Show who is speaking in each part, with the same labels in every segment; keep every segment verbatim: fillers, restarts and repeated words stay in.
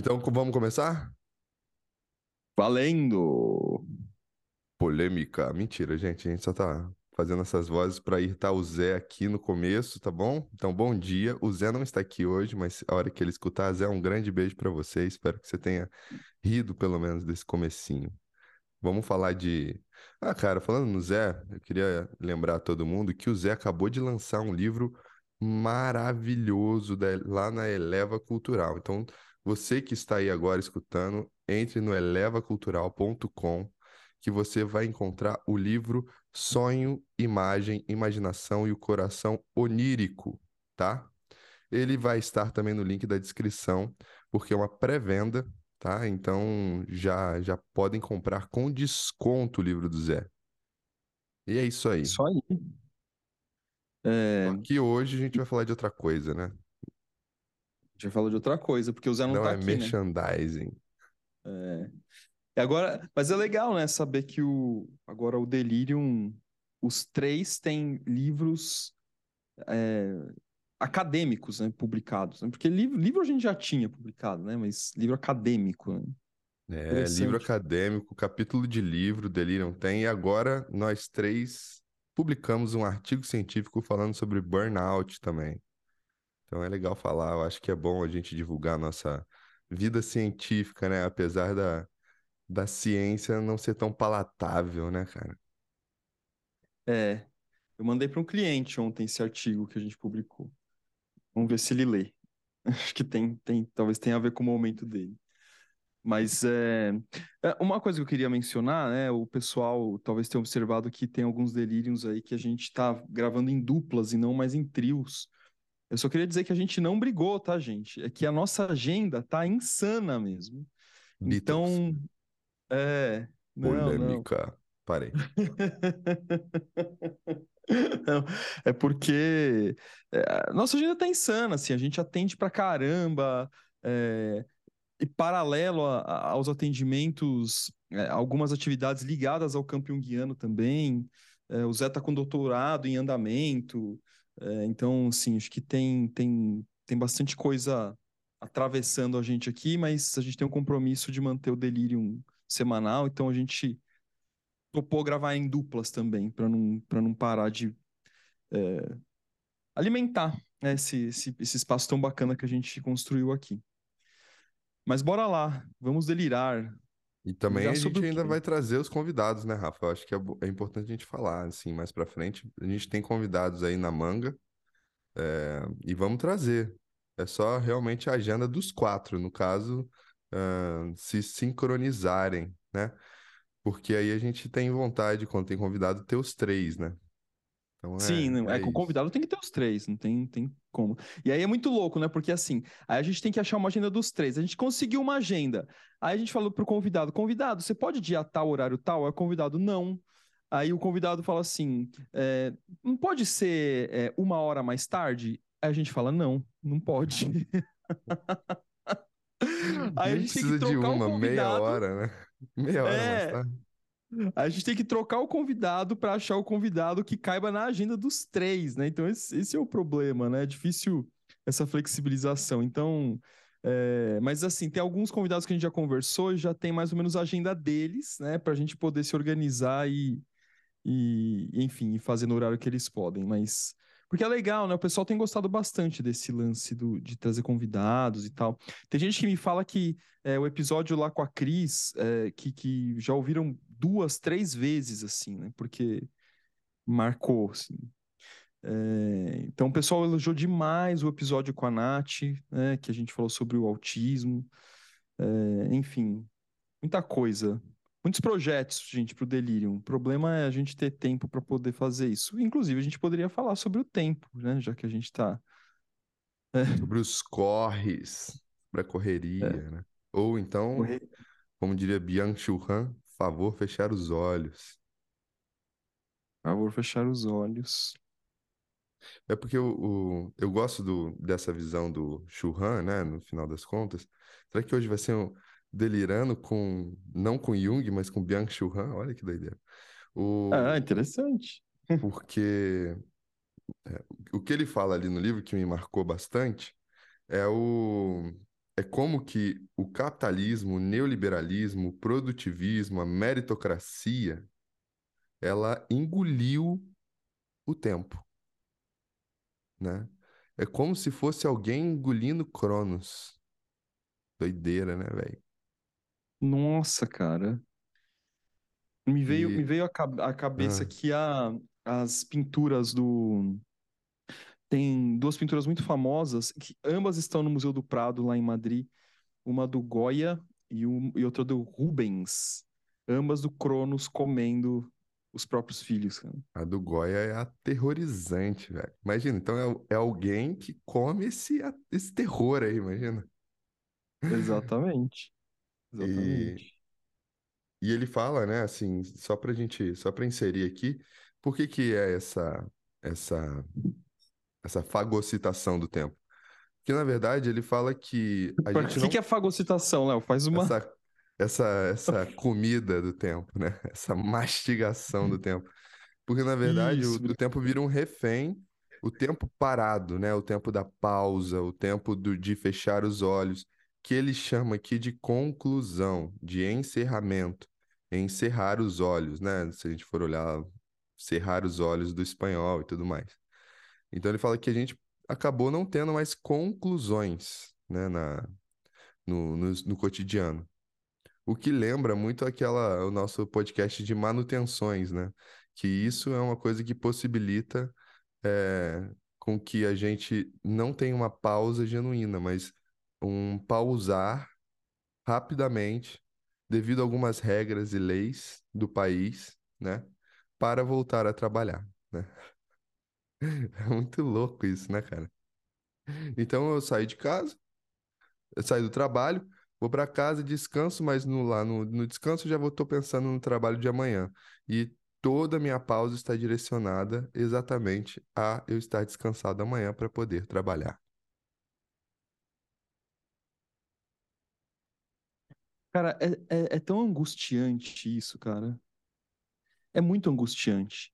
Speaker 1: Então, co- vamos começar?
Speaker 2: Valendo!
Speaker 1: Polêmica. Mentira, gente. A gente só tá fazendo essas vozes para irritar o Zé aqui no começo, tá bom? Então, bom dia. O Zé não está aqui hoje, mas a hora que ele escutar, Zé, um grande beijo para você. Espero que você tenha rido, pelo menos, desse comecinho. Vamos falar de... Ah, cara, falando no Zé, eu queria lembrar a todo mundo que o Zé acabou de lançar um livro maravilhoso da- lá na Eleva Cultural. Então, você que está aí agora escutando, entre no eleva cultural ponto com que você vai encontrar o livro Sonho, Imagem, Imaginação e o Coração Onírico, tá? Ele vai estar também no link da descrição, porque é uma pré-venda, tá? Então já já podem comprar com desconto o livro do Zé. E é isso aí.
Speaker 2: Isso aí. É,
Speaker 1: Só
Speaker 2: a
Speaker 1: que hoje a gente vai falar de outra coisa, né?
Speaker 2: gente falou de outra coisa, porque o Zé não
Speaker 1: Não
Speaker 2: tá
Speaker 1: é
Speaker 2: aqui, né?
Speaker 1: merchandising.
Speaker 2: É, e agora, mas é legal, né, saber que o agora o Delirium, os três têm livros é, acadêmicos, né, publicados, né? Porque livro, livro a gente já tinha publicado, né? Mas livro acadêmico, né?
Speaker 1: É, livro
Speaker 2: Interessante.
Speaker 1: acadêmico, capítulo de livro, Delirium tem. E agora nós três publicamos um artigo científico falando sobre burnout também. Então é legal falar, eu acho que é bom a gente divulgar a nossa vida científica, né? Apesar da, da ciência não ser tão palatável, né, cara?
Speaker 2: É, eu mandei para um cliente ontem esse artigo que a gente publicou. Vamos ver se ele lê. Acho que tem, tem, talvez tenha a ver com o momento dele. Mas é, é, uma coisa que eu queria mencionar, né? O pessoal talvez tenha observado que tem alguns delírios aí que a gente tá gravando em duplas e não mais em trios. Eu só queria dizer que a gente não brigou, tá, gente? É que a nossa agenda tá insana mesmo.
Speaker 1: Beatles,
Speaker 2: Então, é, não, não.
Speaker 1: polêmica. Parei.
Speaker 2: Não, é porque é, a nossa agenda tá insana, assim, a gente atende pra caramba, é, e paralelo a- a- aos atendimentos, é, algumas atividades ligadas ao campo junguiano também. É, o Zé está com doutorado em andamento, é, então, assim, acho que tem, tem, tem bastante coisa atravessando a gente aqui, mas a gente tem um compromisso de manter o Delirium semanal, então a gente topou gravar em duplas também, para não, para não parar de alimentar, né, esse, esse, esse espaço tão bacana que a gente construiu aqui. Mas bora lá, vamos delirar.
Speaker 1: E também
Speaker 2: Delirar
Speaker 1: a
Speaker 2: sobre
Speaker 1: gente
Speaker 2: o
Speaker 1: ainda
Speaker 2: quê?
Speaker 1: vai trazer os convidados, né, Rafa? Eu acho que é, bo- é importante a gente falar, assim, mais pra frente. A gente tem convidados aí na manga, é, e vamos trazer. É só realmente a agenda dos quatro, no caso, ah, se sincronizarem, né? Porque aí a gente tem vontade, quando tem convidado, ter os três, né? Então
Speaker 2: Sim,
Speaker 1: é,
Speaker 2: não,
Speaker 1: é
Speaker 2: é, com o
Speaker 1: isso.
Speaker 2: convidado tem que ter os três, não tem, tem como. E aí é muito louco, né? Porque assim, aí a gente tem que achar uma agenda dos três. A gente conseguiu uma agenda. Aí a gente falou pro convidado: convidado, você pode dia tal, horário tal? Aí o convidado, não. Aí o convidado fala assim: é, não pode ser é, uma hora mais tarde? Aí a gente fala: não, não pode. Aí a
Speaker 1: Nem
Speaker 2: gente tem que
Speaker 1: precisa de
Speaker 2: trocar o
Speaker 1: uma, meia
Speaker 2: convidado.
Speaker 1: hora, né? Meia hora mais
Speaker 2: É,
Speaker 1: tarde.
Speaker 2: a gente tem que trocar o convidado para achar o convidado que caiba na agenda dos três, né? Então, esse, esse é o problema, né? É difícil essa flexibilização. Então, é, mas assim, tem alguns convidados que a gente já conversou e já tem mais ou menos a agenda deles, né? Para a gente poder se organizar e, e, enfim, fazer no horário que eles podem. Mas. Porque é legal, né? O pessoal tem gostado bastante desse lance do, de trazer convidados e tal. Tem gente que me fala que é, o episódio lá com a Cris, é, que, que já ouviram duas, três vezes, assim, né? Porque marcou, assim. É, então, o pessoal elogiou demais o episódio com a Nath, né? Que a gente falou sobre o autismo. É, enfim, muita coisa. Muitos projetos, gente, para o Delirium. O problema é a gente ter tempo para poder fazer isso. Inclusive, a gente poderia falar sobre o tempo, né? Já que a gente está.
Speaker 1: Sobre os corres, sobre a
Speaker 2: É,
Speaker 1: correria, né? Ou então,
Speaker 2: correr,
Speaker 1: como diria Byung-Chul Han, favor fechar os olhos.
Speaker 2: por favor, fechar os olhos.
Speaker 1: É porque o, o- eu gosto do, dessa visão do Chul Han, né? No final das contas. Será que hoje vai ser um delirando com, não com Jung, mas com Byung-Chul Han? Olha que doideira.
Speaker 2: Ah,
Speaker 1: O,
Speaker 2: interessante.
Speaker 1: porque o que ele fala ali no livro que me marcou bastante é o, é como que o capitalismo, o neoliberalismo, o produtivismo, a meritocracia, ela engoliu o tempo, né? É como se fosse alguém engolindo Cronos. Doideira, né, velho?
Speaker 2: Nossa, cara. Me veio, me
Speaker 1: E
Speaker 2: veio à ca- à cabeça
Speaker 1: ah,
Speaker 2: que a, as pinturas do. Tem duas pinturas muito famosas, que ambas estão no Museu do Prado, lá em Madrid. Uma do Goya e, um, e outra do Rubens. Ambas do Cronos comendo os próprios filhos, cara.
Speaker 1: a do Goya é aterrorizante, velho. Imagina, então é, é alguém que come esse, esse terror aí, imagina.
Speaker 2: Exatamente.
Speaker 1: E,
Speaker 2: Exatamente.
Speaker 1: e ele fala, né, assim, só pra gente, só pra inserir aqui, por que que é essa, essa, essa fagocitação do tempo? Porque, na verdade, ele fala que a
Speaker 2: Pra
Speaker 1: gente
Speaker 2: que que
Speaker 1: não.
Speaker 2: é fagocitação, Léo? Faz uma.
Speaker 1: Essa, essa, essa comida do tempo, né? Essa mastigação do tempo. Porque, na verdade, o,
Speaker 2: Isso,
Speaker 1: o tempo vira um refém, o tempo parado, né? O tempo da pausa, o tempo do, de fechar os olhos, que ele chama aqui de conclusão, de encerramento. Encerrar os olhos, né? Se a gente for olhar, cerrar os olhos do espanhol e tudo mais. Então, ele fala que a gente acabou não tendo mais conclusões, né? Na, no, no, no cotidiano. O que lembra muito aquela, o nosso podcast de manutenções, né? Que isso é uma coisa que possibilita é, com que a gente não tenha uma pausa genuína, mas um pausar rapidamente devido a algumas regras e leis do país, né? Para voltar a trabalhar, né? É muito louco isso, né, cara? Então eu saí de casa, eu saio do trabalho, vou para casa, descanso, mas no, lá no, no descanso eu já vou, tô pensando no trabalho de amanhã. E toda a minha pausa está direcionada exatamente a eu estar descansado amanhã para poder trabalhar.
Speaker 2: cara, é, é, é tão angustiante isso, cara. É muito angustiante.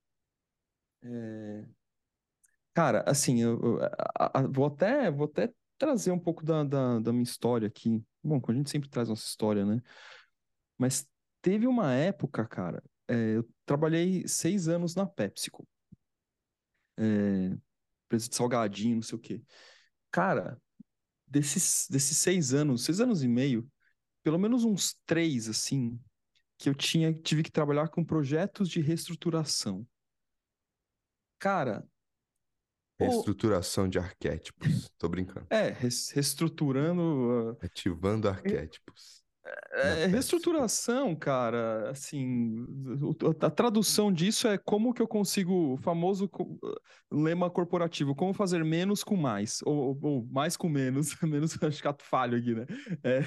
Speaker 2: É, cara, assim, eu, eu- a- a- vou até, vou até trazer um pouco da, da, da minha história aqui. Bom, a gente sempre traz nossa história, né? Mas teve uma época, cara, é, eu trabalhei seis anos na PepsiCo, é, empresa de salgadinho, não sei o quê. Cara, desses, desses seis anos, seis anos e meio, pelo menos uns três, assim, que eu tinha, tive que trabalhar com projetos de reestruturação. Cara, o,
Speaker 1: Reestruturação de arquétipos. Tô brincando.
Speaker 2: é, res- reestruturando.
Speaker 1: Ativando
Speaker 2: uh,
Speaker 1: arquétipos na
Speaker 2: É,
Speaker 1: PepsiCo.
Speaker 2: reestruturação, cara, assim, o- a tradução disso é como que eu consigo, o famoso co- lema corporativo, como fazer menos com mais, ou, ou- ou mais com menos, menos, acho que ato falho aqui, né? É,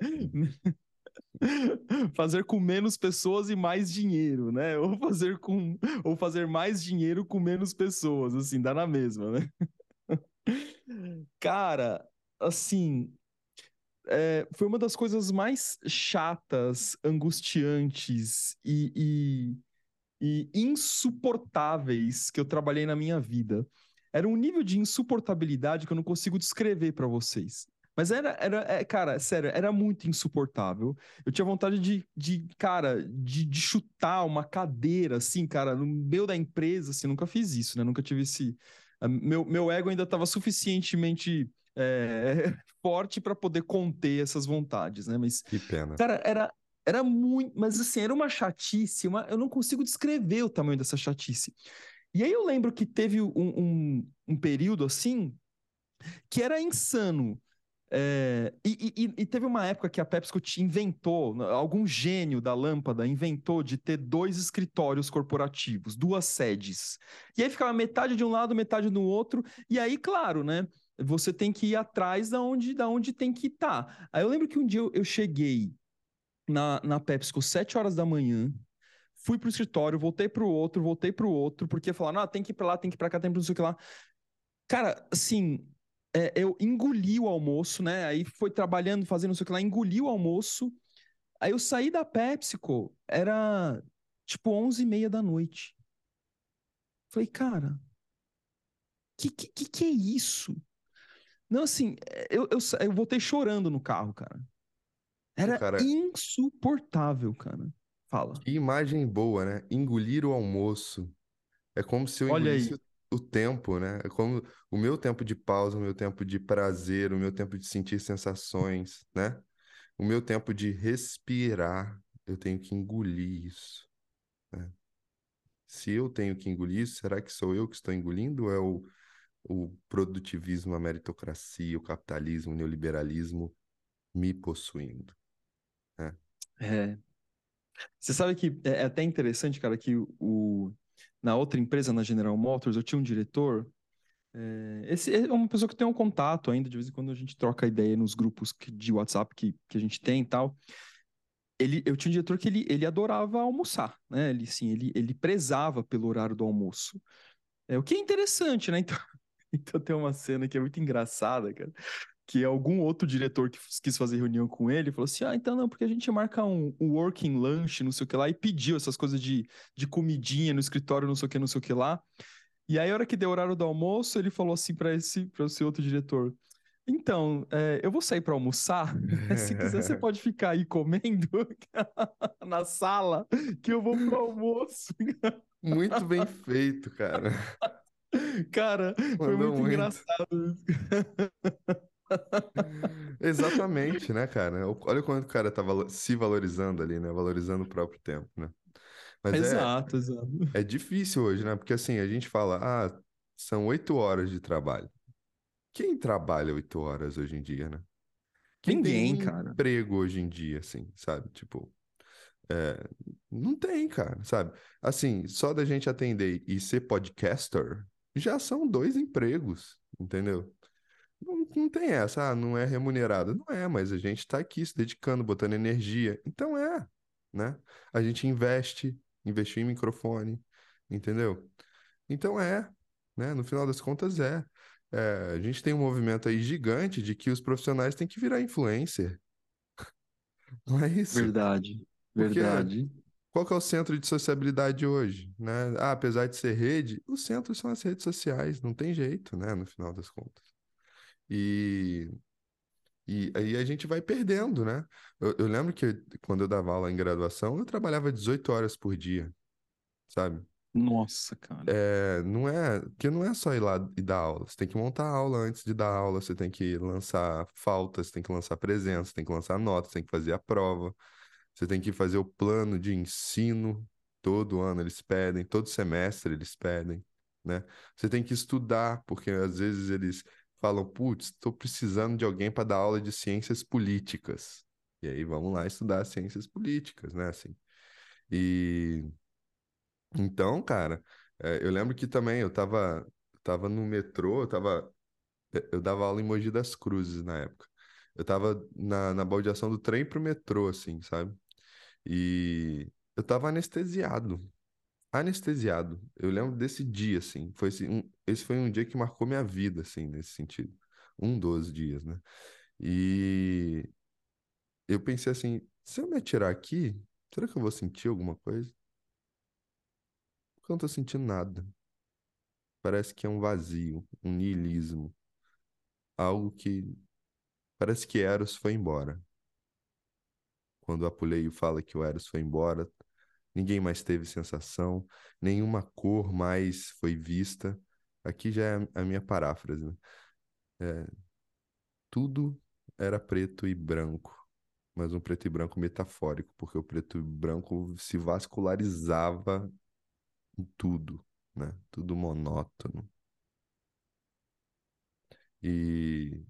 Speaker 2: fazer com menos pessoas e mais dinheiro, né? Ou fazer com, ou fazer mais dinheiro com menos pessoas, assim, dá na mesma, né? Cara, assim, é, foi uma das coisas mais chatas, angustiantes e, e, e insuportáveis que eu trabalhei na minha vida. Era um nível de insuportabilidade que eu não consigo descrever para vocês. Mas era, era é, cara, sério, era muito insuportável. Eu tinha vontade de, de cara, de, de chutar uma cadeira, assim, cara, no meio da empresa, assim, nunca fiz isso, né? Nunca tive esse. Meu, meu ego ainda estava suficientemente é, forte para poder conter essas vontades, né? Mas,
Speaker 1: Que pena.
Speaker 2: cara, era, era muito, mas assim, era uma chatice, uma, eu não consigo descrever o tamanho dessa chatice. E aí eu lembro que teve um, um, um período assim que era insano. É, e, e- e teve uma época que a PepsiCo te inventou, algum gênio da lâmpada inventou de ter dois escritórios corporativos, duas sedes. E aí ficava metade de um lado, metade do outro. E aí, claro, né? Você tem que ir atrás da onde, da onde tem que estar. Aí eu lembro que um dia eu, eu cheguei na, na PepsiCo sete horas da manhã, fui pro escritório, voltei pro outro, voltei pro outro, porque falaram, ah, tem que ir pra lá, tem que ir pra cá, tem que ir pra não sei o que lá. Cara, assim, é, eu engoli o almoço, né? Aí foi trabalhando, fazendo não sei o que lá, engoli o almoço. Aí eu saí da PepsiCo, era tipo onze e meia da noite. Falei, cara, que, que, que que é isso? Não, assim, eu, eu, sa- eu voltei chorando no carro, cara.
Speaker 1: Pô,
Speaker 2: Era
Speaker 1: cara,
Speaker 2: insuportável, cara. Fala.
Speaker 1: que imagem boa, né? Engolir o almoço. É como se eu
Speaker 2: Olha
Speaker 1: engolisse
Speaker 2: aí.
Speaker 1: o o tempo, né? É como o meu tempo de pausa, o meu tempo de prazer, o meu tempo de sentir sensações, né? O meu tempo de respirar. Eu tenho que engolir isso, né? Se eu tenho que engolir isso, será que sou eu que estou engolindo ou é o, o produtivismo, a meritocracia, o capitalismo, o neoliberalismo me possuindo, né?
Speaker 2: É. Você sabe que é é até interessante, cara, que o, na outra empresa, na General Motors, eu tinha um diretor. É, esse é uma pessoa que tem um contato ainda, de vez em quando a gente troca ideia nos grupos que- de WhatsApp que, que a gente tem e tal. Ele, eu tinha um diretor que ele, ele adorava almoçar, né? Ele, sim, ele, ele prezava pelo horário do almoço. É, o que é interessante, né? Então, então tem uma cena que é muito engraçada, cara, que algum outro diretor que f- quis fazer reunião com ele falou assim: ah, então não, porque a gente marca um, um working lunch, não sei o que lá, e pediu essas coisas de, de comidinha no escritório, não sei o que, não sei o que lá. E aí, a hora que deu o horário do almoço, ele falou assim para esse, para esse outro diretor: então, é, eu vou sair para almoçar. Se quiser, você pode ficar aí comendo na sala, que eu vou pro almoço.
Speaker 1: Muito bem feito, cara.
Speaker 2: Cara, foi
Speaker 1: Mandou
Speaker 2: muito
Speaker 1: muito.
Speaker 2: engraçado isso.
Speaker 1: Exatamente, né, cara? Olha o quanto o cara tá valo- se valorizando ali, né? Valorizando o próprio tempo, né? Mas é,
Speaker 2: Exato, exato.
Speaker 1: é difícil hoje, né? Porque assim, a gente fala, ah, são oito horas de trabalho. Quem trabalha oito horas hoje em dia, né? Quem tem um
Speaker 2: Ninguém, cara.
Speaker 1: emprego hoje em dia, assim, sabe? Tipo, é, não tem, cara, sabe? Assim, só da gente atender e ser podcaster já são dois empregos, entendeu? Não, não tem essa, ah, não é remunerado. Não é, mas a gente está aqui se dedicando, botando energia. Então é, né? A gente investe, investiu em microfone, entendeu? Então é, né? No final das contas é. É, a gente tem um movimento aí gigante de que os profissionais têm que virar influencer. Não é isso?
Speaker 2: Verdade,
Speaker 1: Porque
Speaker 2: verdade.
Speaker 1: qual que é o centro de sociabilidade hoje, né? Ah, apesar de ser rede, os centros são as redes sociais, não tem jeito, né? No final das contas. E E aí a gente vai perdendo, né? Eu, eu lembro que quando eu dava aula em graduação, eu trabalhava dezoito horas por dia, sabe?
Speaker 2: Nossa, cara.
Speaker 1: É, não é, porque não é só ir lá e dar aula. Você tem que montar a aula antes de dar aula, você tem que lançar faltas, tem que lançar presença, tem que lançar notas, tem que fazer a prova, você tem que fazer o plano de ensino. Todo ano eles pedem, todo semestre eles pedem, né? Você tem que estudar, porque às vezes eles falam, putz, estou precisando de alguém para dar aula de ciências políticas. E aí vamos lá estudar ciências políticas, né? Assim. E então, cara, é, eu lembro que também eu tava, tava no metrô, eu tava, eu dava aula em Mogi das Cruzes na época. Eu tava na, na baldeação do trem pro metrô, assim, sabe? E eu tava anestesiado. Anestesiado. Eu lembro desse dia, assim. Foi esse, um, esse foi um dia que marcou minha vida, assim, nesse sentido. Um dos dias, né? E eu pensei assim, se eu me atirar aqui, será que eu vou sentir alguma coisa? Porque eu não tô sentindo nada. Parece que é um vazio, um niilismo. Algo que parece que Eros foi embora. Quando o Apuleio fala que o Eros foi embora, ninguém mais teve sensação, nenhuma cor mais foi vista. Aqui já é a minha paráfrase, né? É, tudo era preto e branco, mas um preto e branco metafórico, porque o preto e branco se vascularizava em tudo, né? Tudo monótono. E,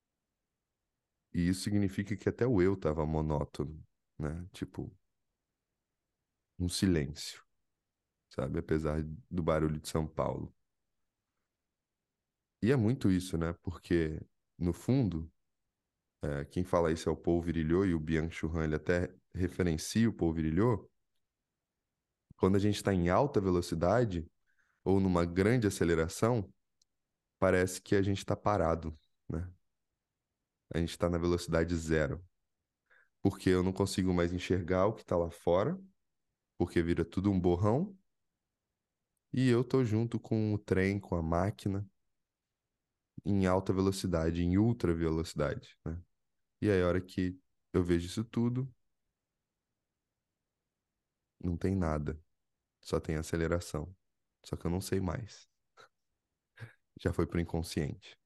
Speaker 1: e isso significa que até o eu estava monótono, né? Tipo, um silêncio, sabe? Apesar do barulho de São Paulo. E é muito isso, né? Porque, no fundo, é, quem fala isso é o Paul Virilio, e o Byung-Chul Han, ele até referencia o Paul Virilio. Quando a gente está em alta velocidade ou numa grande aceleração, parece que a gente está parado, né? A gente está na velocidade zero, porque eu não consigo mais enxergar o que está lá fora, porque vira tudo um borrão, e eu tô junto com o trem, com a máquina, em alta velocidade, em ultra velocidade, né? E aí, a hora que eu vejo isso tudo, não tem nada, só tem aceleração. Só que eu não sei mais. Já foi pro inconsciente.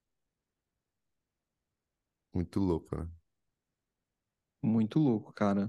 Speaker 1: Muito louco, né?
Speaker 2: Muito louco, cara.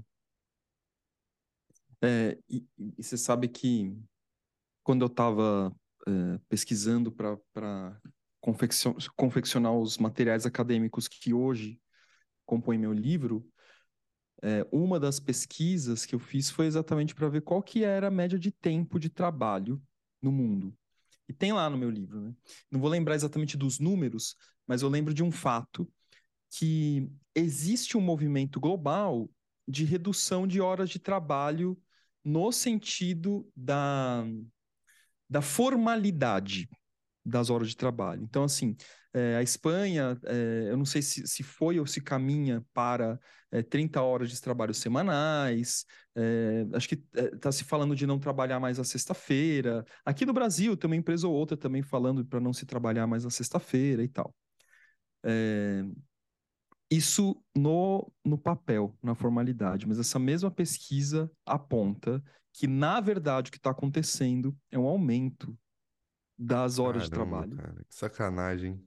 Speaker 2: É, e, e você sabe que quando eu estava pesquisando para confeccionar os materiais acadêmicos que hoje compõem meu livro, é, uma das pesquisas que eu fiz foi exatamente para ver qual que era a média de tempo de trabalho no mundo. E tem lá no meu livro, né? Não vou lembrar exatamente dos números, mas eu lembro de um fato que existe um movimento global de redução de horas de trabalho no sentido da, da formalidade das horas de trabalho. Então, assim, é, a Espanha, é, eu não sei se, se foi ou se caminha para é, trinta horas de trabalho semanais, é, acho que está se falando de não trabalhar mais a sexta-feira. Aqui no Brasil, tem uma empresa ou outra também falando para não se trabalhar mais na sexta-feira e tal. É, isso no, no papel, na formalidade, mas essa mesma pesquisa aponta que, na verdade, o que está acontecendo é um aumento das horas de
Speaker 1: Caramba,
Speaker 2: trabalho.
Speaker 1: cara, que sacanagem.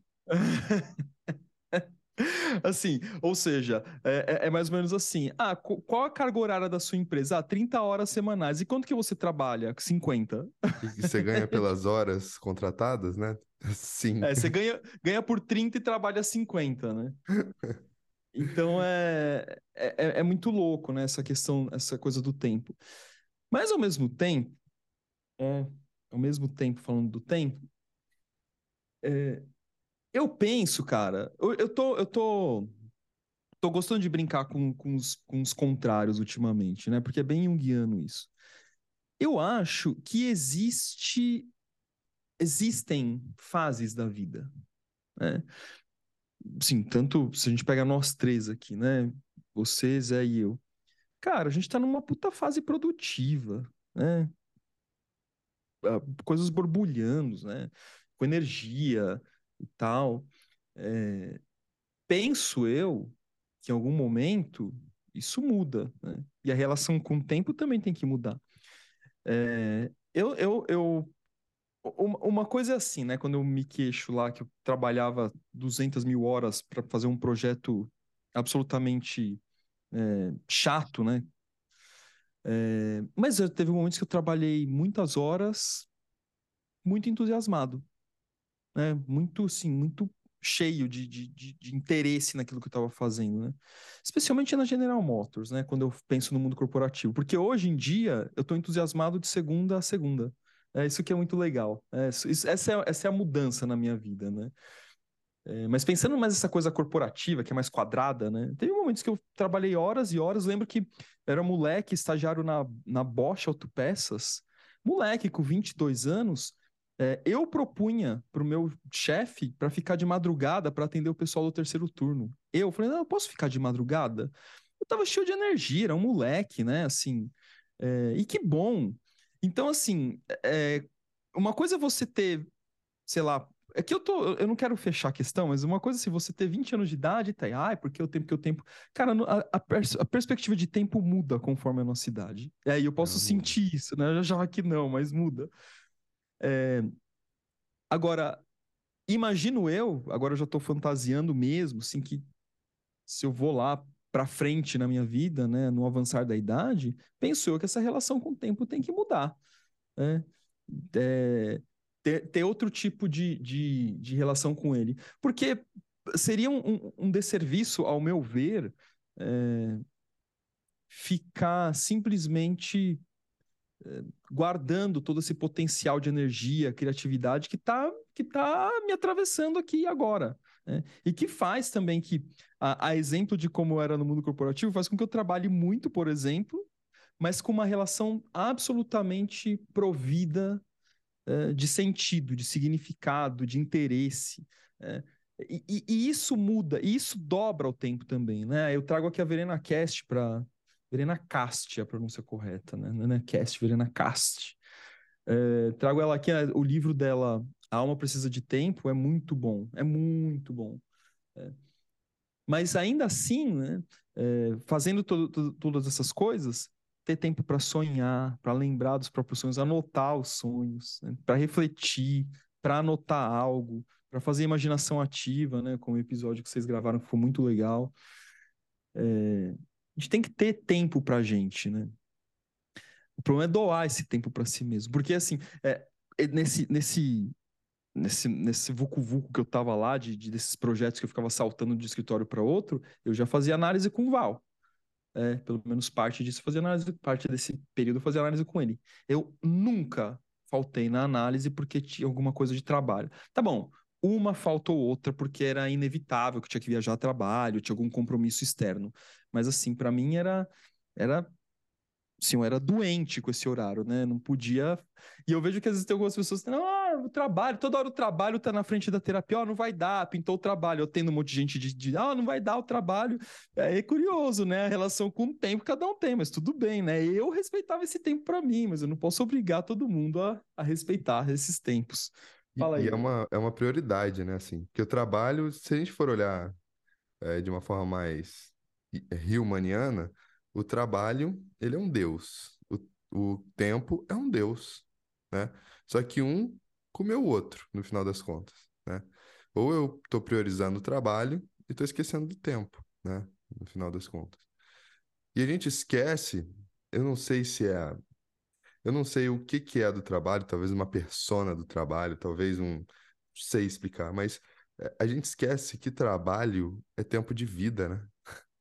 Speaker 2: Assim, ou seja, é, é- é mais ou menos assim. Ah, qu- qual a carga horária da sua empresa? Ah, trinta horas semanais. E quanto que você trabalha? Cinquenta.
Speaker 1: E que você ganha pelas horas contratadas, né? Sim.
Speaker 2: É, você ganha, ganha por trinta e trabalha cinquenta, né? Então é, é, é é muito louco, né? Essa questão, essa coisa do tempo. Mas ao mesmo tempo, é, ao mesmo tempo, falando do tempo, é, eu penso, cara, eu, eu tô, eu tô tô gostando de brincar com, com, os, com os contrários ultimamente, né? Porque é bem junguiano isso. Eu acho que existe, existem fases da vida, né? Sim, tanto se a gente pegar nós três aqui, né? Você, Zé e eu. Cara, a gente tá numa puta fase produtiva, né? Ah, coisas borbulhando, né? Com energia e tal. É, penso eu que em algum momento isso muda, né? E a relação com o tempo também tem que mudar. É, eu, eu, eu, uma uma coisa é assim, né? Quando eu me queixo lá que eu trabalhava duzentas mil horas para fazer um projeto absolutamente é, chato, né? É, mas eu, teve momentos que eu trabalhei muitas horas, muito entusiasmado, né? Muito, assim, muito cheio de, de, de, de interesse naquilo que eu estava fazendo, né? Especialmente na General Motors, né? Quando eu penso no mundo corporativo. Porque hoje em dia eu estou entusiasmado de segunda a segunda. É isso que é muito legal. É, isso, isso- essa, é, essa é a mudança na minha vida, né? É, mas pensando mais nessa coisa corporativa, que é mais quadrada, né? Teve momentos que eu trabalhei horas e horas. Lembro que era moleque, estagiário na, na Bosch Autopeças. Moleque, com vinte e dois anos, é, eu propunha para o meu chefe para ficar de madrugada para atender o pessoal do terceiro turno. Eu falei, não, eu posso ficar de madrugada? Eu tava cheio de energia, era um moleque, né? Assim, é, e que bom. Então, assim, é, uma coisa é você ter, sei lá, é que eu tô, eu não quero fechar a questão, mas uma coisa é se você ter vinte anos de idade, tá aí, ai, porque o tempo que o tempo. Cara, a, a, pers a perspectiva de tempo muda conforme a nossa idade. É, e eu posso
Speaker 1: Não, muda.
Speaker 2: sentir isso, né? Já já que não, mas muda. É, agora, imagino eu, agora eu já tô fantasiando mesmo, assim, que se eu vou lá pra frente na minha vida, né, no avançar da idade, penso eu que essa relação com o tempo tem que mudar, né? É, ter, ter outro tipo de, de, de relação com ele. Porque seria um, um, um desserviço, ao meu ver, é, ficar simplesmente guardando todo esse potencial de energia, criatividade que está que tá me atravessando aqui agora. Né? E que faz também que, a, a exemplo de como era no mundo corporativo, faz com que eu trabalhe muito, por exemplo, mas com uma relação absolutamente provida eh, de sentido, de significado, de interesse. eh. E, e- e isso muda, e isso dobra o tempo também, né? Eu trago aqui a Verena Cast para Verena Cast, é a pronúncia correta, né? Não é Cast, Verena Cast. Eh, trago ela aqui, eh, o livro dela, A alma precisa de tempo, é muito bom, é muito bom. É. Mas ainda assim, né, é, fazendo to to todas essas coisas, ter tempo para sonhar, para lembrar dos próprios sonhos, anotar os sonhos, né, para refletir, para anotar algo, para fazer imaginação ativa, né, como o episódio que vocês gravaram que foi muito legal. É, a gente tem que ter tempo para a gente, né? O problema é doar esse tempo para si mesmo, porque assim, é, é nesse, nesse nesse, nesse vucu-vucu que eu tava lá, de, de, desses projetos que eu ficava saltando de escritório para outro, eu já fazia análise com o Val. É, pelo menos parte disso eu fazia análise, parte desse período eu fazia análise com ele. Eu nunca faltei na análise porque tinha alguma coisa de trabalho. Tá bom, uma faltou outra porque era inevitável que eu tinha que viajar a trabalho, tinha algum compromisso externo. Mas assim, para mim era era assim, eu era doente com esse horário, né? Não podia. E eu vejo que às vezes tem algumas pessoas que não, ah, o trabalho, toda hora o trabalho tá na frente da terapia, ó, oh, não vai dar, pintou o trabalho. Eu tendo um monte de gente de, de ah, não vai dar o trabalho. É, é curioso, né? A relação com o tempo cada um tem, mas tudo bem, né? Eu respeitava esse tempo para mim, mas eu não posso obrigar todo mundo a, a respeitar esses tempos.
Speaker 1: E,
Speaker 2: Fala
Speaker 1: e
Speaker 2: aí,
Speaker 1: é
Speaker 2: Léo.
Speaker 1: uma, é uma prioridade, né? Assim, porque o trabalho, se a gente for olhar é, de uma forma mais i- rio-maniana, o trabalho, ele é um deus. O, o tempo é um deus, né? Só que um comeu o outro, no final das contas, né? Ou eu estou priorizando o trabalho e estou esquecendo do tempo, né? No final das contas. E a gente esquece, eu não sei se é, eu não sei o que que é do trabalho, talvez uma persona do trabalho, talvez um, não sei explicar, mas é, a gente esquece que trabalho é tempo de vida, né?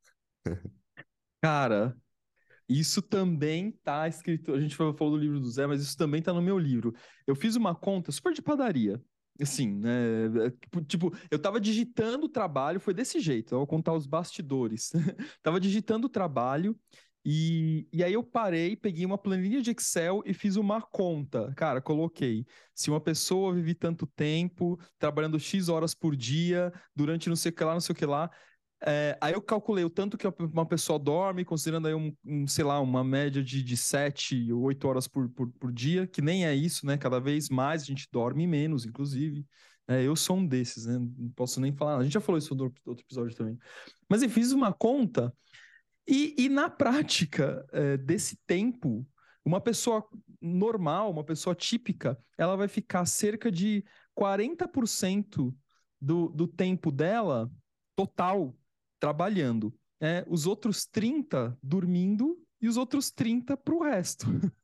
Speaker 2: Cara, isso também tá escrito. A gente falou falou do livro do Zé, mas isso também tá no meu livro. Eu fiz uma conta super de padaria. Assim, né? é, Tipo, tipo, eu tava digitando o trabalho, foi desse jeito, eu vou contar os bastidores. Tava digitando o trabalho e, e aí eu parei, peguei uma planilha de Excel e fiz uma conta. Cara, coloquei. Se uma pessoa vive tanto tempo, trabalhando X horas por dia, durante não sei o que lá, não sei o que lá. É, aí eu calculei o tanto que uma pessoa dorme, considerando aí um, um, sei lá, uma média de, de sete ou oito horas por, por, por dia, que nem é isso, né? Cada vez mais a gente dorme menos, inclusive. É, eu sou um desses, né? Não posso nem falar. A gente já falou isso no outro episódio também. Mas eu fiz uma conta e, e na prática é, desse tempo, uma pessoa normal, uma pessoa típica, ela vai ficar cerca de quarenta por cento do, do tempo dela total trabalhando. Né? Os outros trinta dormindo e os outros trinta para o resto.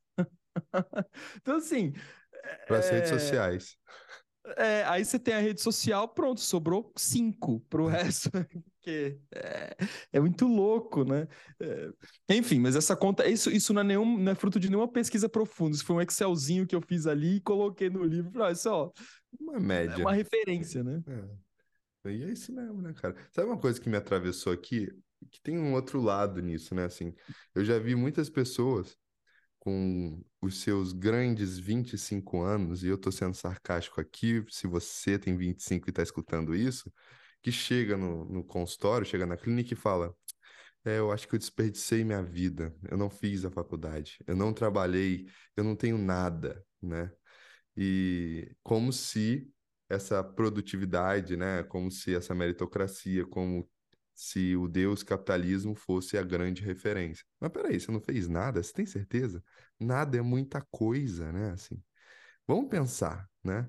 Speaker 2: Então, assim,
Speaker 1: Para as redes
Speaker 2: é,
Speaker 1: sociais.
Speaker 2: é, aí você tem a rede social, pronto, sobrou cinco pro resto, porque é, é muito louco, né? É, enfim, mas essa conta, isso, isso não é, nenhum, não é fruto de nenhuma pesquisa profunda, isso foi um Excelzinho que eu fiz ali e coloquei no livro, falei, ah, isso ó,
Speaker 1: Uma
Speaker 2: é uma
Speaker 1: média.
Speaker 2: referência, né?
Speaker 1: É. E é isso mesmo, né, cara? Sabe uma coisa que me atravessou aqui? Que tem um outro lado nisso, né? Assim, eu já vi muitas pessoas com os seus grandes vinte e cinco anos, e eu tô sendo sarcástico aqui, se você tem vinte e cinco e tá escutando isso, que chega no, no consultório, chega na clínica e fala: É, eu acho que eu desperdicei minha vida, eu não fiz a faculdade, eu não trabalhei, eu não tenho nada, né? E como se essa produtividade, né, como se essa meritocracia, como se o Deus capitalismo fosse a grande referência. Mas peraí, você não fez nada? Você tem certeza? Nada é muita coisa, né? Assim, vamos pensar, né?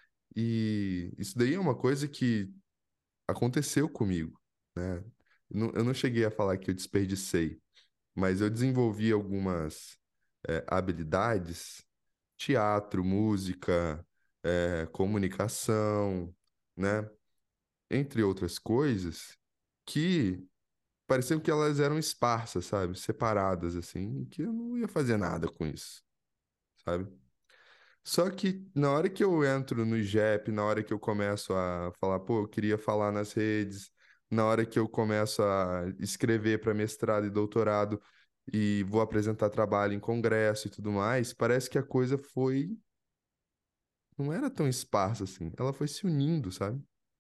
Speaker 1: E isso daí é uma coisa que aconteceu comigo, né? Eu não eu não cheguei a falar que eu desperdicei, mas eu desenvolvi algumas eh, habilidades, teatro, música, eh, comunicação, né? Entre outras coisas, que pareciam que elas eram esparsas, sabe? Separadas, assim, que eu não ia fazer nada com isso, sabe? Só que na hora que eu entro no I G E P, na hora que eu começo a falar, pô, eu queria falar nas redes, na hora que eu começo a escrever para mestrado e doutorado e vou apresentar trabalho em congresso e tudo mais, parece que a coisa foi, não era tão esparsa assim, ela foi se unindo, sabe?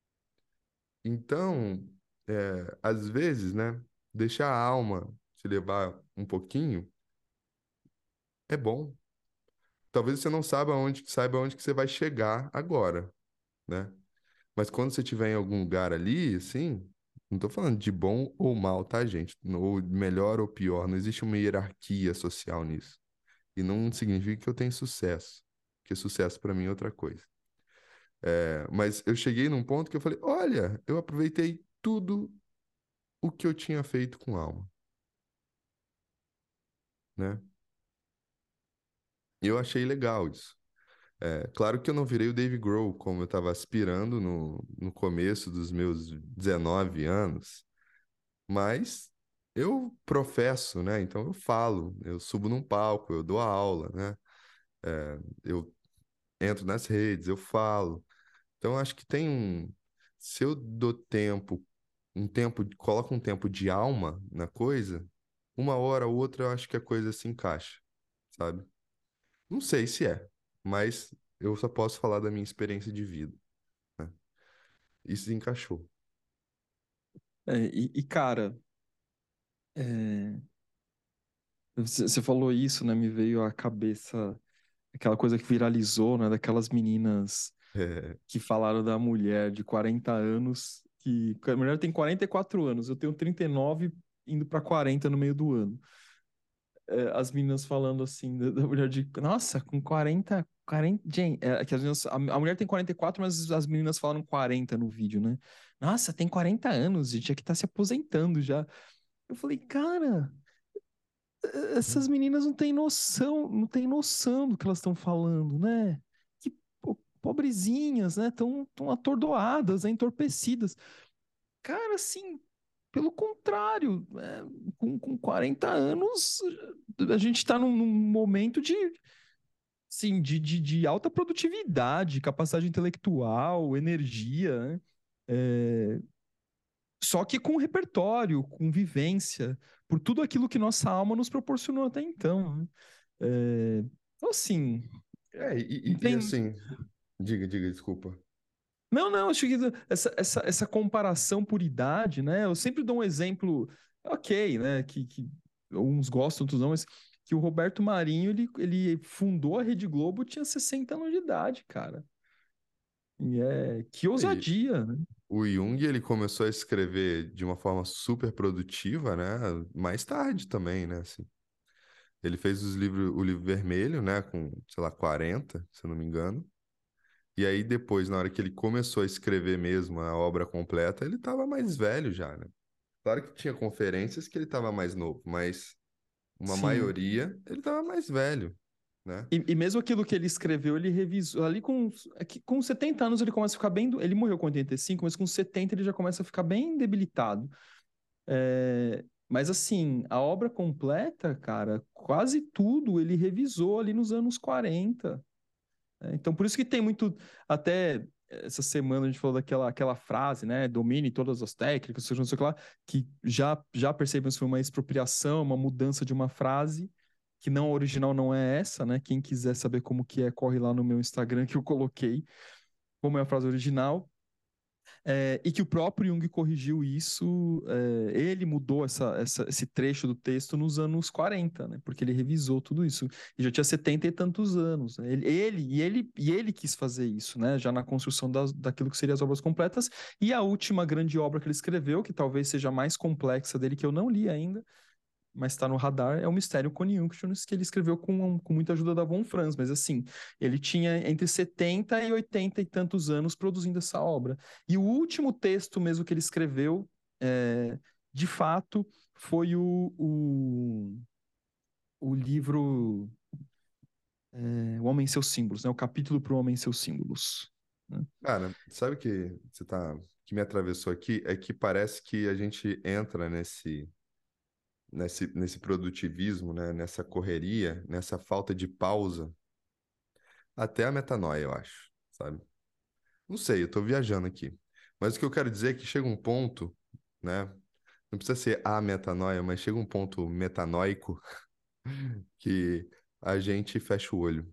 Speaker 1: Então, é, às vezes, né, deixar a alma se levar um pouquinho é bom. talvez você não saiba onde, saiba onde que você vai chegar agora, né? Mas quando você estiver em algum lugar ali, assim, não tô falando de bom ou mal, tá, gente? Ou melhor ou pior, não existe uma hierarquia social nisso. E não significa que eu tenho sucesso, porque sucesso para mim é outra coisa. É, mas eu cheguei num ponto que eu falei, olha, eu aproveitei tudo o que eu tinha feito com alma, né? E eu achei legal isso. É, claro que eu não virei o Dave Grohl como eu estava aspirando no, no começo dos meus dezenove anos, mas eu professo, né? Então eu falo, eu subo num palco, eu dou aula, né? É, eu entro nas redes, eu falo. Então acho que tem um. Se eu dou tempo, um tempo, coloco um tempo de alma na coisa, uma hora ou outra eu acho que a coisa se encaixa, sabe? Não sei se é, mas eu só posso falar da minha experiência de vida, né? Isso encaixou.
Speaker 2: É, e, e, cara, é, você você falou isso, né? Me veio à cabeça aquela coisa que viralizou, né? Daquelas meninas
Speaker 1: É,
Speaker 2: que falaram da mulher de quarenta anos, que a mulher tem quarenta e quatro anos, eu tenho trinta e nove indo para quarenta no meio do ano. É, as meninas falando assim, da, da mulher de, nossa, com quarenta, quarenta, gente, é, que as meninas, a, a mulher tem quarenta e quatro, mas as meninas falam quarenta no vídeo, né? Nossa, tem quarenta anos, gente, é que tá se aposentando já. Eu falei, cara, essas meninas não têm noção, não têm noção do que elas estão falando, né? Que po- pobrezinhas, né? Tão, tão atordoadas, né? Entorpecidas. Cara, assim, pelo contrário, é, com, com quarenta anos, a gente está num, num momento de, sim, de, de, de alta produtividade, capacidade intelectual, energia, né? É, só que com repertório, com vivência, por tudo aquilo que nossa alma nos proporcionou até então, né? É, então, assim,
Speaker 1: é
Speaker 2: não
Speaker 1: e, e- e
Speaker 2: tem.
Speaker 1: assim, diga, diga, desculpa.
Speaker 2: Não, não, acho que essa, essa, essa comparação por idade, né? Eu sempre dou um exemplo, ok, né? Que, que uns gostam, outros não, mas que o Roberto Marinho, ele, ele fundou a Rede Globo, tinha sessenta anos de idade, cara. E é, que
Speaker 1: E
Speaker 2: ousadia, né?
Speaker 1: o Jung, ele começou a escrever de uma forma super produtiva, né? Mais tarde também, né? Assim, ele fez os livros, o livro vermelho, né? Com, sei lá, quarenta, se eu não me engano. E aí depois, na hora que ele começou a escrever mesmo a obra completa, ele estava mais velho já, né? Claro que tinha conferências que ele estava mais novo, mas uma
Speaker 2: Sim.
Speaker 1: maioria ele estava mais velho, né?
Speaker 2: E, e mesmo aquilo que ele escreveu, ele revisou. Ali com, é que com setenta anos ele começa a ficar bem. Ele morreu com oitenta e cinco, mas com setenta ele já começa a ficar bem debilitado. É, mas assim, a obra completa, cara, quase tudo ele revisou ali nos anos quarenta, né? Então, por isso que tem muito. Até essa semana a gente falou daquela aquela frase, né? Domine todas as técnicas, seja não sei o que lá, que já, já percebemos que foi uma expropriação, uma mudança de uma frase. Que não, a original não é essa, né? Quem quiser saber como que é, corre lá no meu Instagram que eu coloquei como é a frase original. É, e que o próprio Jung corrigiu isso, é, ele mudou essa, essa, esse trecho do texto nos anos quarenta, né? Porque ele revisou tudo isso. E já tinha setenta e tantos anos, né? Ele, ele, e ele, e ele quis fazer isso, né? Já na construção das, daquilo que seriam as obras completas. E a última grande obra que ele escreveu, que talvez seja a mais complexa dele, que eu não li ainda, mas está no radar, é o Mistério Coniunctions, que ele escreveu com, com muita ajuda da Von Franz, mas assim, ele tinha entre setenta e oitenta e tantos anos produzindo essa obra. E o último texto mesmo que ele escreveu, é, de fato, foi o, o, o livro é, O Homem e Seus Símbolos, né? O capítulo para o Homem e Seus Símbolos, né?
Speaker 1: Cara, sabe o que você tá, que me atravessou aqui? É que parece que a gente entra nesse, nesse, nesse produtivismo, né? Nessa correria, nessa falta de pausa, até a metanoia, eu acho, sabe? Não sei, eu tô viajando aqui. Mas o que eu quero dizer é que chega um ponto, né? Não precisa ser a metanoia, mas chega um ponto metanoico que a gente fecha o olho.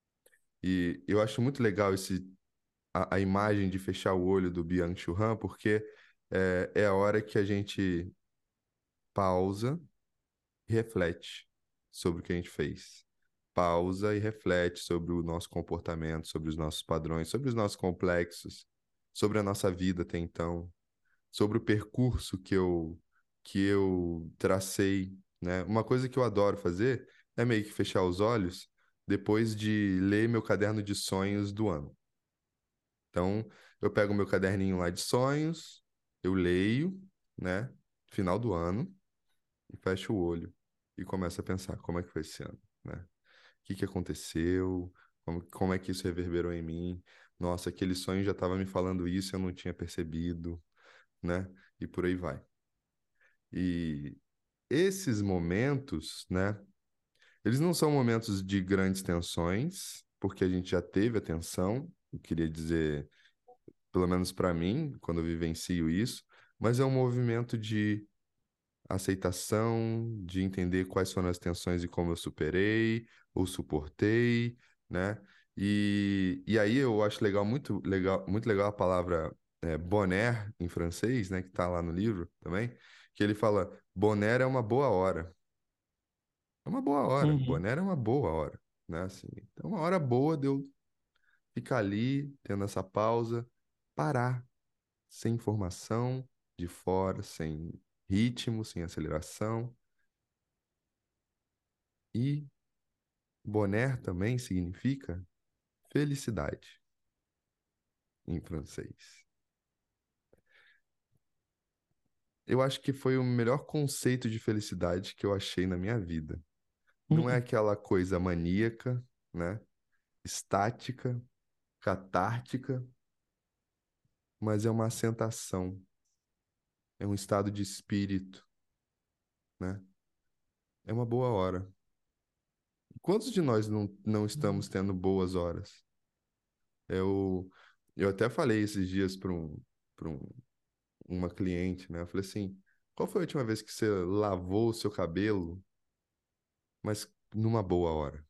Speaker 1: E eu acho muito legal esse, a, a imagem de fechar o olho do Byung-Chul Han, porque é, é a hora que a gente pausa e reflete sobre o que a gente fez. pausa e reflete sobre o nosso comportamento, sobre os nossos padrões, sobre os nossos complexos, sobre a nossa vida até então, sobre o percurso que eu que eu tracei, né? Uma coisa que eu adoro fazer é meio que fechar os olhos depois de ler meu caderno de sonhos do ano. Então, eu pego meu caderninho lá de sonhos, eu leio, né? Final do ano e fecho o olho e começo a pensar como é que foi esse ano, né? O que que aconteceu? Como, como é que isso reverberou em mim? Nossa, aquele sonho já estava me falando isso, eu não tinha percebido, né? E por aí vai. E esses momentos, né? Eles não são momentos de grandes tensões, porque a gente já teve a tensão, eu queria dizer, pelo menos para mim, quando eu vivencio isso, mas é um movimento de aceitação, de entender quais foram as tensões e como eu superei ou suportei, né? E, e aí eu acho legal, muito legal, muito legal a palavra é, bonheur em francês, né? Que tá lá no livro também, que ele fala, bonheur é uma boa hora. É uma boa hora.
Speaker 2: Uhum.
Speaker 1: Bonheur é uma boa hora, né? Assim, então, uma hora boa de eu ficar ali, tendo essa pausa, parar, sem informação de fora, sem ritmo, sem aceleração. E bonheur também significa felicidade em francês. Eu acho que foi o melhor conceito de felicidade que eu achei na minha vida. Não é
Speaker 2: Uhum.
Speaker 1: aquela coisa maníaca, né? Estática, catártica, mas é uma assentação, é um estado de espírito, né? É uma boa hora. Quantos de nós não, não estamos tendo boas horas? Eu, eu até falei esses dias para um, para um, uma cliente, né? Eu falei assim, qual foi a última vez que você lavou o seu cabelo, mas numa boa hora?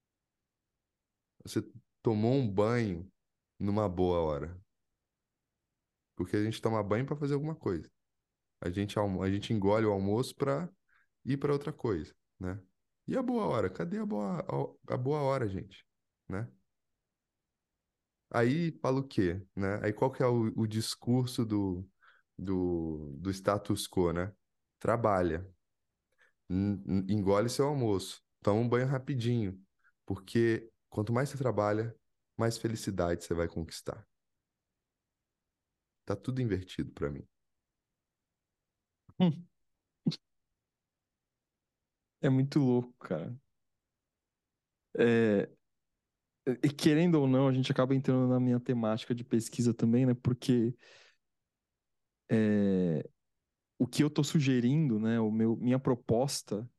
Speaker 1: Você tomou um banho numa boa hora? Porque a gente toma banho para fazer alguma coisa. A gente, almo- a gente engole o almoço para ir para outra coisa, né? E a boa hora? Cadê a boa, a, a boa hora, gente? Né? Aí fala o quê, né? Aí qual que é o, o discurso do, do, do status quo, né? Trabalha, en- en- engole seu almoço, toma um banho rapidinho, porque quanto mais você trabalha, mais felicidade você vai conquistar. Tá tudo invertido pra mim.
Speaker 2: Hum. É muito louco, cara. É, e querendo ou não, a gente acaba entrando na minha temática de pesquisa também, né? Porque é, o que eu tô sugerindo, né? O meu, minha proposta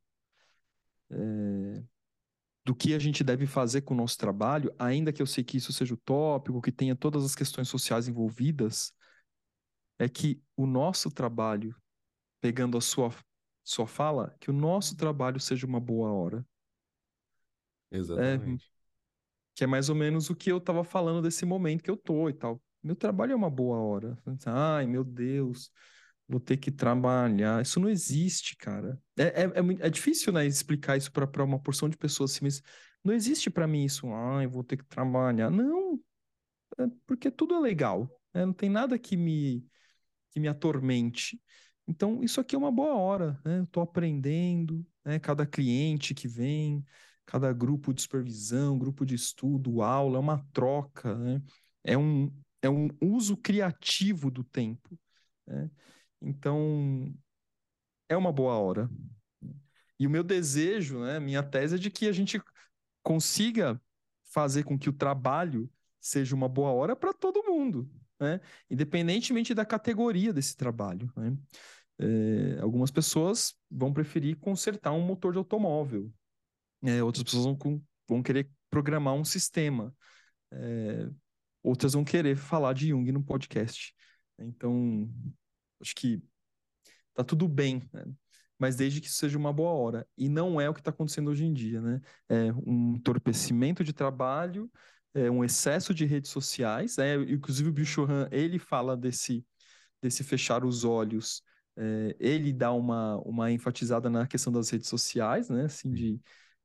Speaker 2: do que a gente deve fazer com o nosso trabalho, ainda que eu sei que isso seja utópico, que tenha todas as questões sociais envolvidas, é que o nosso trabalho, pegando a sua, sua fala, que o nosso trabalho seja uma boa hora. É,
Speaker 1: Exatamente.
Speaker 2: que é mais ou menos o que eu tava falando desse momento que eu tô e tal. Meu trabalho é uma boa hora. Ai, meu Deus, vou ter que trabalhar. Isso não existe, cara. É, é, é, mui- é difícil, né, explicar isso pra pra uma porção de pessoas assim, mas não existe pra mim isso. Ai, vou ter que trabalhar. Não, é porque tudo é legal, né? Não tem nada que me, que me atormente. Então, isso aqui é uma boa hora, né? Eu tô aprendendo, né? Cada cliente que vem, cada grupo de supervisão, grupo de estudo, aula, é uma troca, né? É um, é um uso criativo do tempo, né? Então, é uma boa hora. E o meu desejo, né? Minha tese é de que a gente consiga fazer com que o trabalho seja uma boa hora para todo mundo, né? Independentemente da categoria desse trabalho, né? É, algumas pessoas vão preferir consertar um motor de automóvel, é, outras pessoas vão, com- vão querer programar um sistema, é, outras vão querer falar de Jung no podcast. Então, acho que tá tudo bem, né? Mas desde que isso seja uma boa hora. E não é o que está acontecendo hoje em dia, né? É um entorpecimento de trabalho, é um excesso de redes sociais. É, inclusive o Bill Churran, ele fala desse, desse fechar os olhos. É, ele dá uma, uma enfatizada na questão das redes sociais, né? Assim,
Speaker 1: Sim.
Speaker 2: de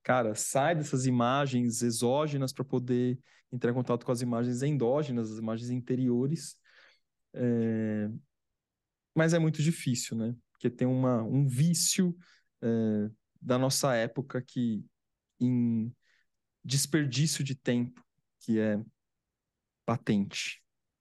Speaker 2: Cara, sai dessas imagens exógenas para poder entrar em contato com as imagens endógenas, as imagens interiores. É... Mas é muito difícil, né? Porque tem uma, um vício é, da nossa época que em desperdício de tempo, que é patente.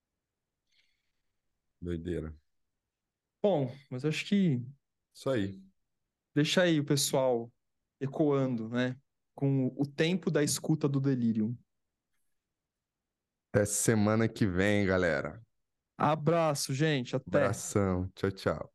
Speaker 1: Doideira.
Speaker 2: Bom, mas eu acho que
Speaker 1: Isso aí.
Speaker 2: deixa aí o pessoal ecoando, né? Com o tempo da escuta do delírio.
Speaker 1: Até semana que vem, galera.
Speaker 2: Abraço, gente. Até.
Speaker 1: Abração. Tchau, tchau.